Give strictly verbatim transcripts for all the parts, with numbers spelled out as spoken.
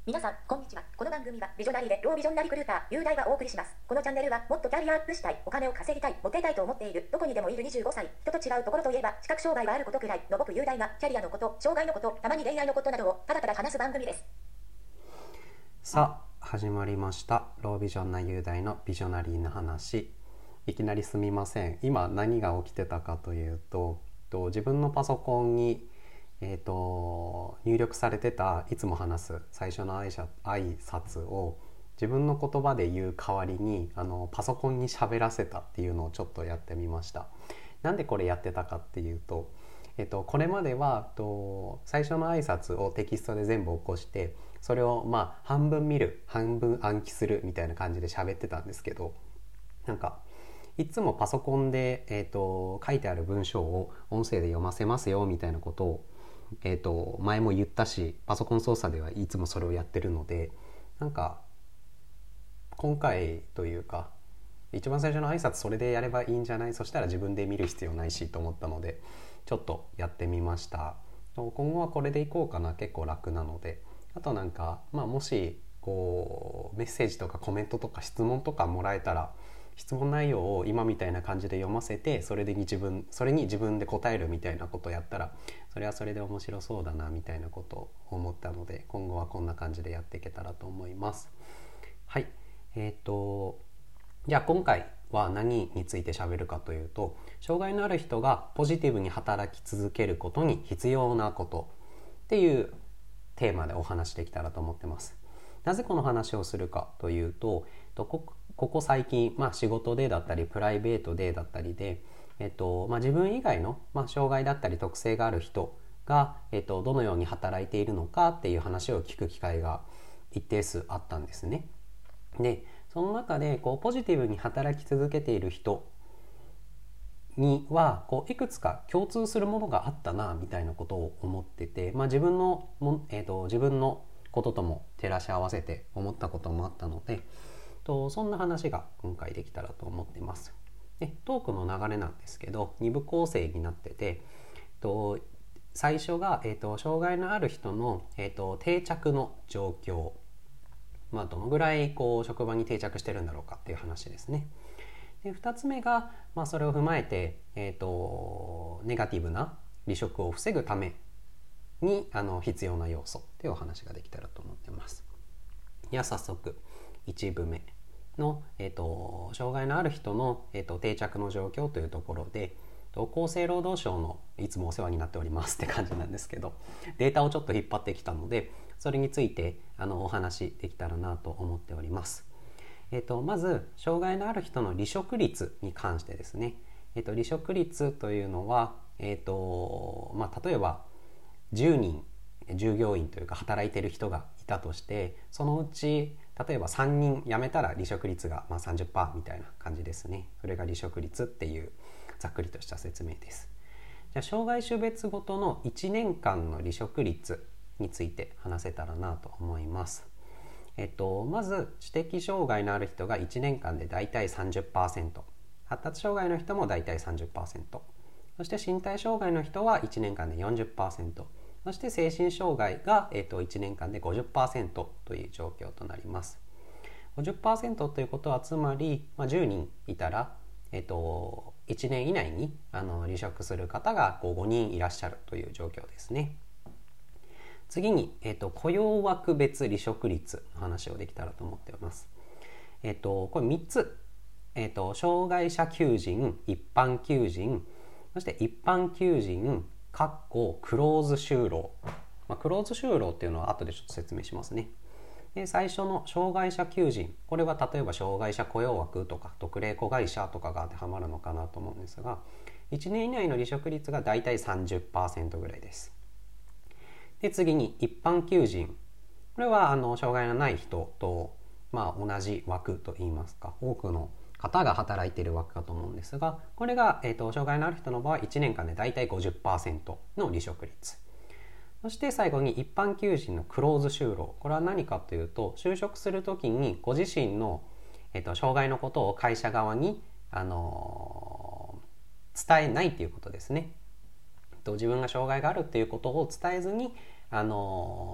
皆さん、こんにちは。この番組は、ビジョナリーでロービジョンなリクルーター、雄大がお送りします。このチャンネルは、もっとキャリアアップしたい、お金を稼ぎたい、モテたいと思っている、どこにでもいるにじゅうごさい、人と違うところといえば、視覚障害があることくらいの僕雄大が、キャリアのこと、障害のこと、たまに恋愛のことなどを、ただただ話す番組です。 さあ、始まりました。ロービジョンな雄大のビジョナリーな話。いきなりすみません。今何が起きてたかというと、と自分のパソコンにえー、と入力されてたいつも話す最初の挨拶挨拶を自分の言葉で言う代わりにあのパソコンに喋らせたっていうのをちょっとやってみました。なんでこれやってたかっていうと、えー、とこれまではと最初の挨拶をテキストで全部起こしてそれをまあ半分見る半分暗記するみたいな感じで喋ってたんですけど、なんかいつもパソコンで、えー、と書いてある文章を音声で読ませますよみたいなことをえーと前も言ったし、パソコン操作ではいつもそれをやってるので、なんか今回というか一番最初の挨拶それでやればいいんじゃない、そしたら自分で見る必要ないしと思ったのでちょっとやってみました。今後はこれでいこうかな。結構楽なので。あとなんか、まあ、もしこうメッセージとかコメントとか質問とかもらえたら質問内容を今みたいな感じで読ませてそれで自分それに自分で答えるみたいなことをやったらそれはそれで面白そうだなみたいなことを思ったので、今後はこんな感じでやっていけたらと思います。はい、えっとじゃあ今回は何について喋るかというと、障害のある人がポジティブに働き続けることに必要なことっていうテーマでお話できたらと思ってます。なぜこの話をするかというと、ここ最近、まあ、仕事でだったりプライベートでだったりで、えっとまあ、自分以外の、まあ、障害だったり特性がある人が、えっと、どのように働いているのかっていう話を聞く機会が一定数あったんですね。でその中でこうポジティブに働き続けている人にはこういくつか共通するものがあったなみたいなことを思ってて、まあ、自分のも、えーと、自分のこととも照らし合わせて思ったこともあったので、とそんな話が今回できたらと思っています。でトークの流れなんですけどに部構成になってて、と最初が、えーと、障害のある人の、えーと、定着の状況、まあ、どのぐらいこう職場に定着してるんだろうかっていう話ですね。でふたつめが、まあ、それを踏まえて、えーと、ネガティブな離職を防ぐためにあの必要な要素っていうお話ができたらと思っています。では早速いち部目の、えーと、障害のある人の、えーと、定着の状況というところで、厚生労働省のいつもお世話になっておりますって感じなんですけど、データをちょっと引っ張ってきたのでそれについてあのお話できたらなと思っております。えーと、まず障害のある人の離職率に関してですね、えーと、離職率というのは、えーとまあ、例えばじゅうにん従業員というか働いている人がいたとして、そのうち例えばさんにん辞めたら離職率がまあ さんじゅっパーセント みたいな感じですね。それが離職率っていうざっくりとした説明です。じゃあ障害種別ごとのいちねんかんの離職率について話せたらなと思います。えっと、まず知的障害のある人がいちねんかんでだいたい さんじゅっパーセント、 発達障害の人もだいたい さんじゅっパーセント、 そして身体障害の人はいちねんかんで よんじゅっパーセント、 そして精神障害が、えっと、いちねんかんで ごじゅっパーセント という状況となります。 ごじゅっパーセント ということはつまり、まあ、じゅうにんいたら、えっと、いちねん以内にあの離職する方がこうごにんいらっしゃるという状況ですね。次に、えーと、雇用枠別離職率の話をできたらと思っています。えっと、これみっつ、えーと、障害者求人、一般求人、そして一般求人、かっこクローズ就労。まあ、クローズ就労っていうのは後でちょっと説明しますね。で最初の障害者求人、これは例えば障害者雇用枠とか特例子会社とかが当てはまるのかなと思うんですが、いちねん以内の離職率がだいたい さんじゅっパーセント ぐらいです。で次に一般求人、これはあの障害のない人と、まあ、同じ枠といいますか、多くの方が働いている枠かと思うんですが、これが、えーと、障害のある人の場合いちねんかんでだいたい ごじゅっパーセント の離職率。そして最後に一般求人のクローズ就労、これは何かというと、就職するときにご自身の、えーと、障害のことを会社側に、あのー、伝えないということですね。自分が障害があるっていうことを伝えずに、あの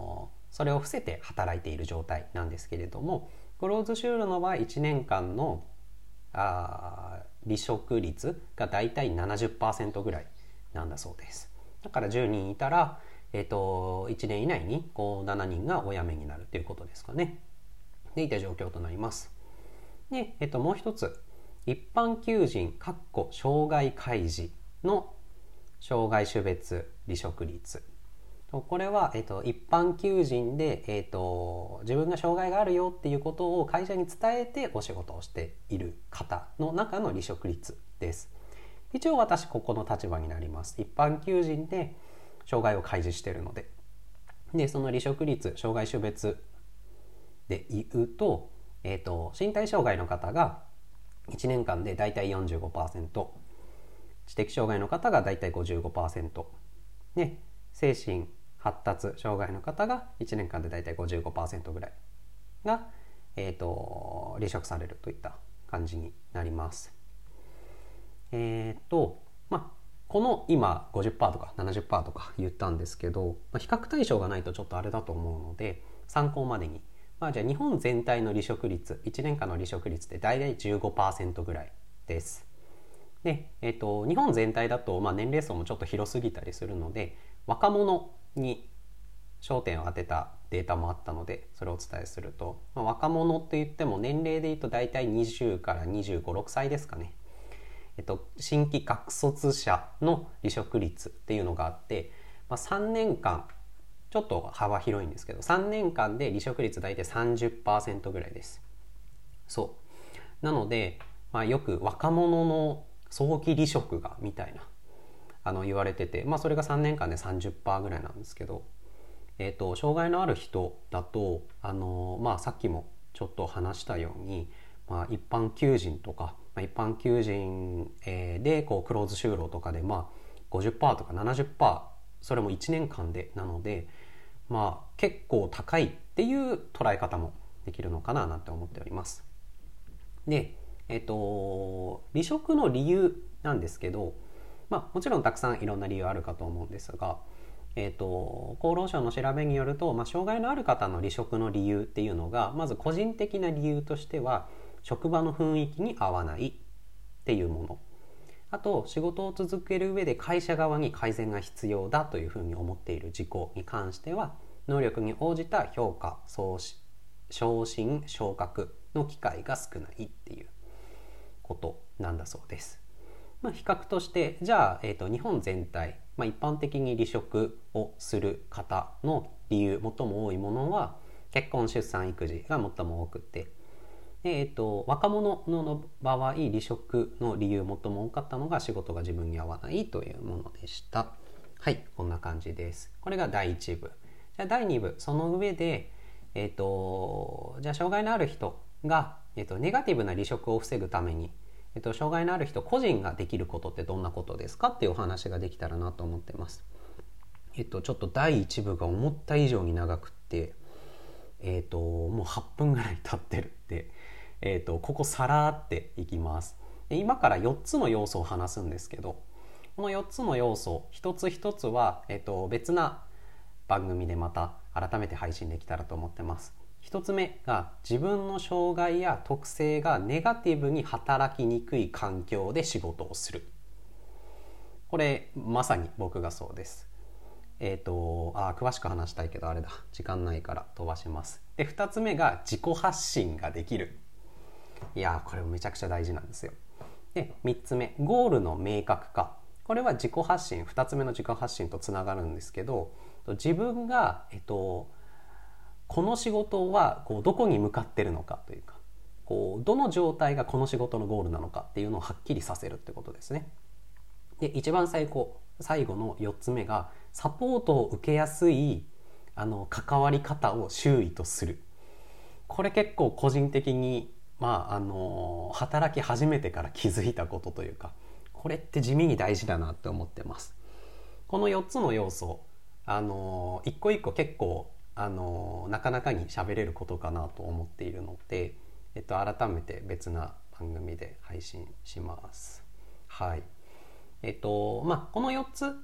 それを伏せて働いている状態なんですけれども、クローズシュールの場合いちねんかんのあ離職率がだいたい ななじゅっパーセント ぐらいなんだそうです。だからじゅうにんいたら、えー、といちねん以内にこうななにんがお辞めになるということですかね。でいった状況となります。で、えー、ともう一つ、一般求人障害開示の障害種別離職率。これは、えー、と一般求人で、えー、と自分が障害があるよっていうことを会社に伝えてお仕事をしている方の中の離職率です。一応私ここの立場になります。一般求人で障害を開示しているので、でその離職率障害種別で言うと、えー、と身体障害の方がいちねんかんでだいたい よんじゅうごパーセント、 知的障害の方がだいたい ごじゅうごパーセント で、精神発達障害の方がいちねんかんでだいたい ごじゅうごパーセント ぐらいが、えー、と離職されるといった感じになります。えっ、ー、とまあこの今 ごじゅっパーセント とか ななじゅっパーセント とか言ったんですけど、まあ、比較対象がないとちょっとあれだと思うので参考までに、まあ、じゃあ日本全体の離職率、いちねんかんの離職率って大体 じゅうごパーセント ぐらいです。で、えー、と日本全体だと、まあ、年齢層もちょっと広すぎたりするので若者に焦点を当てたデータもあったのでそれをお伝えすると、まあ、若者って言っても年齢で言うと大体にじゅうからにじゅうご、ろくさいですかね。えっと、新規学卒者の離職率っていうのがあって、まあ、さんねんかんちょっと幅広いんですけどさんねんかんで離職率大体 さんじゅっパーセント ぐらいです。そうなので、まあ、よく若者の早期離職がみたいなあの言われてて、まあ、それがさんねんかんで さんじゅっパーセント ぐらいなんですけど、えーと、障害のある人だと、あのまあ、さっきもちょっと話したように、まあ、一般求人とか、まあ、一般求人でこうクローズ就労とかで、まあ、ごじゅっパーセント とか ななじゅっパーセント、 それもいちねんかんでなので、まあ、結構高いっていう捉え方もできるのかななんて思っております。で、えーと、離職の理由なんですけど、まあ、もちろんたくさんいろんな理由あるかと思うんですが、えーと、厚労省の調べによると、まあ、障害のある方の離職の理由っていうのがまず個人的な理由としては職場の雰囲気に合わないっていうもの、あと仕事を続ける上で会社側に改善が必要だというふうに思っている事項に関しては能力に応じた評価、昇進、昇格の機会が少ないっていうことなんだそうです。まあ、比較としてじゃあ、えーと、日本全体、まあ、一般的に離職をする方の理由最も多いものは結婚、出産、育児が最も多くて、で、えーと、若者の場合離職の理由最も多かったのが仕事が自分に合わないというものでした。はい、こんな感じです。これがだいいち部。じゃあだいに部、その上で、えーと、じゃあ障害のある人が、えーと、ネガティブな離職を防ぐためにえっと、障害のある人個人ができることってどんなことですかっていうお話ができたらなと思ってます。えっと、ちょっとだいいち部が思った以上に長くって、えっと、もうはっぷんぐらい経ってるって、えっと、ここさらっていきます。で今からよっつの要素を話すんですけど、このよっつの要素一つ一つは、えっと、別な番組でまた改めて配信できたらと思ってます。一つ目が自分の障害や特性がネガティブに働きにくい環境で仕事をする。これまさに僕がそうです。えっとあ詳しく話したいけどあれだ時間ないから飛ばします。でふたつめが自己発信ができる。いやこれめちゃくちゃ大事なんですよ。でみっつめゴールの明確化。これは自己発信、ふたつめの自己発信とつながるんですけど、自分がえっとこの仕事はこうどこに向かってるのかというか、こうどの状態がこの仕事のゴールなのかっていうのをはっきりさせるってことですね。で一番最後最後のよっつめがサポートを受けやすいあの関わり方を周囲とする。これ結構個人的に、まあ、あの働き始めてから気づいたことというか、これって地味に大事だなって思ってます。このよっつの要素、あの一個一個結構あのなかなかに喋れることかなと思っているので、えっと、改めて別な番組で配信します。はい。えっとまあこのよっつ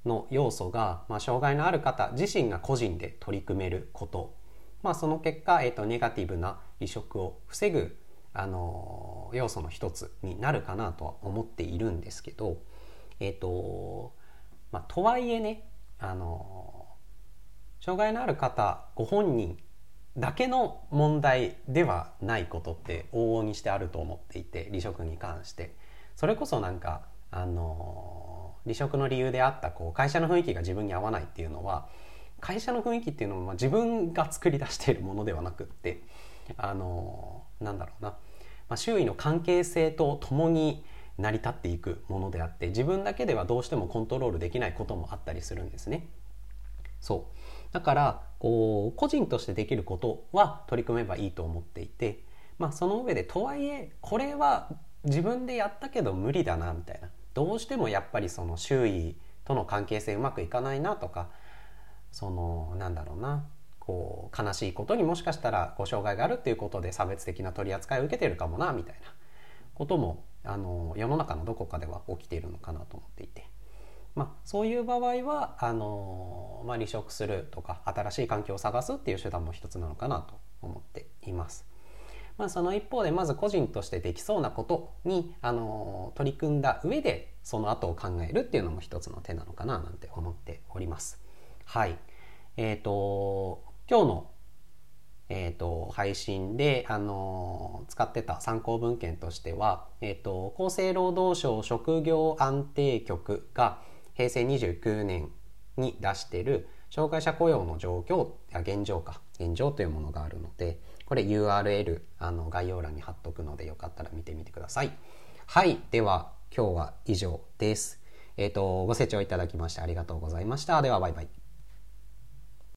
の要素が、まあ、障害のある方自身が個人で取り組めること、まあ、その結果、えーと、ネガティブな離職を防ぐ、あのー、要素の一つになるかなとは思っているんですけど、えーとまあ、とはいえね、あのー、障害のある方ご本人だけの問題ではないことって往々にしてあると思っていて、離職に関してそれこそなんか、あのー、離職の理由であったこう会社の雰囲気が自分に合わないっていうのは、会社の雰囲気っていうのもまあ自分が作り出しているものではなくって、あのー、なんだろうな、まあ、周囲の関係性とともに成り立っていくものであって、自分だけではどうしてもコントロールできないこともあったりするんですね。そうだからこう個人としてできることは取り組めばいいと思っていて、まあ、その上でとはいえこれは自分でやったけど無理だなみたいな、どうしてもやっぱりその周囲との関係性うまくいかないなとか、そのなんだろうな、こう悲しいことにもしかしたらご障害があるっていうことで差別的な取り扱いを受けてるかもなみたいなことも、あの世の中のどこかでは起きているのかなと思っていて、まあ、そういう場合はあの、まあ、離職するとか新しい環境を探すっていう手段も一つなのかなと思っています。まあ、その一方でまず個人としてできそうなことにあの取り組んだ上でその後を考えるっていうのも一つの手なのかななんて思っております。はい、えーと今日の、えーと配信であの使ってた参考文献としては、えーと厚生労働省職業安定局がへいせいにじゅうきゅうねんに出している障害者雇用の状況や現状か現状というものがあるので、これ ユーアールエル あの概要欄に貼っとくのでよかったら見てみてください。はい、では今日は以上です。えっとご清聴いただきましてありがとうございました。ではバイバイ。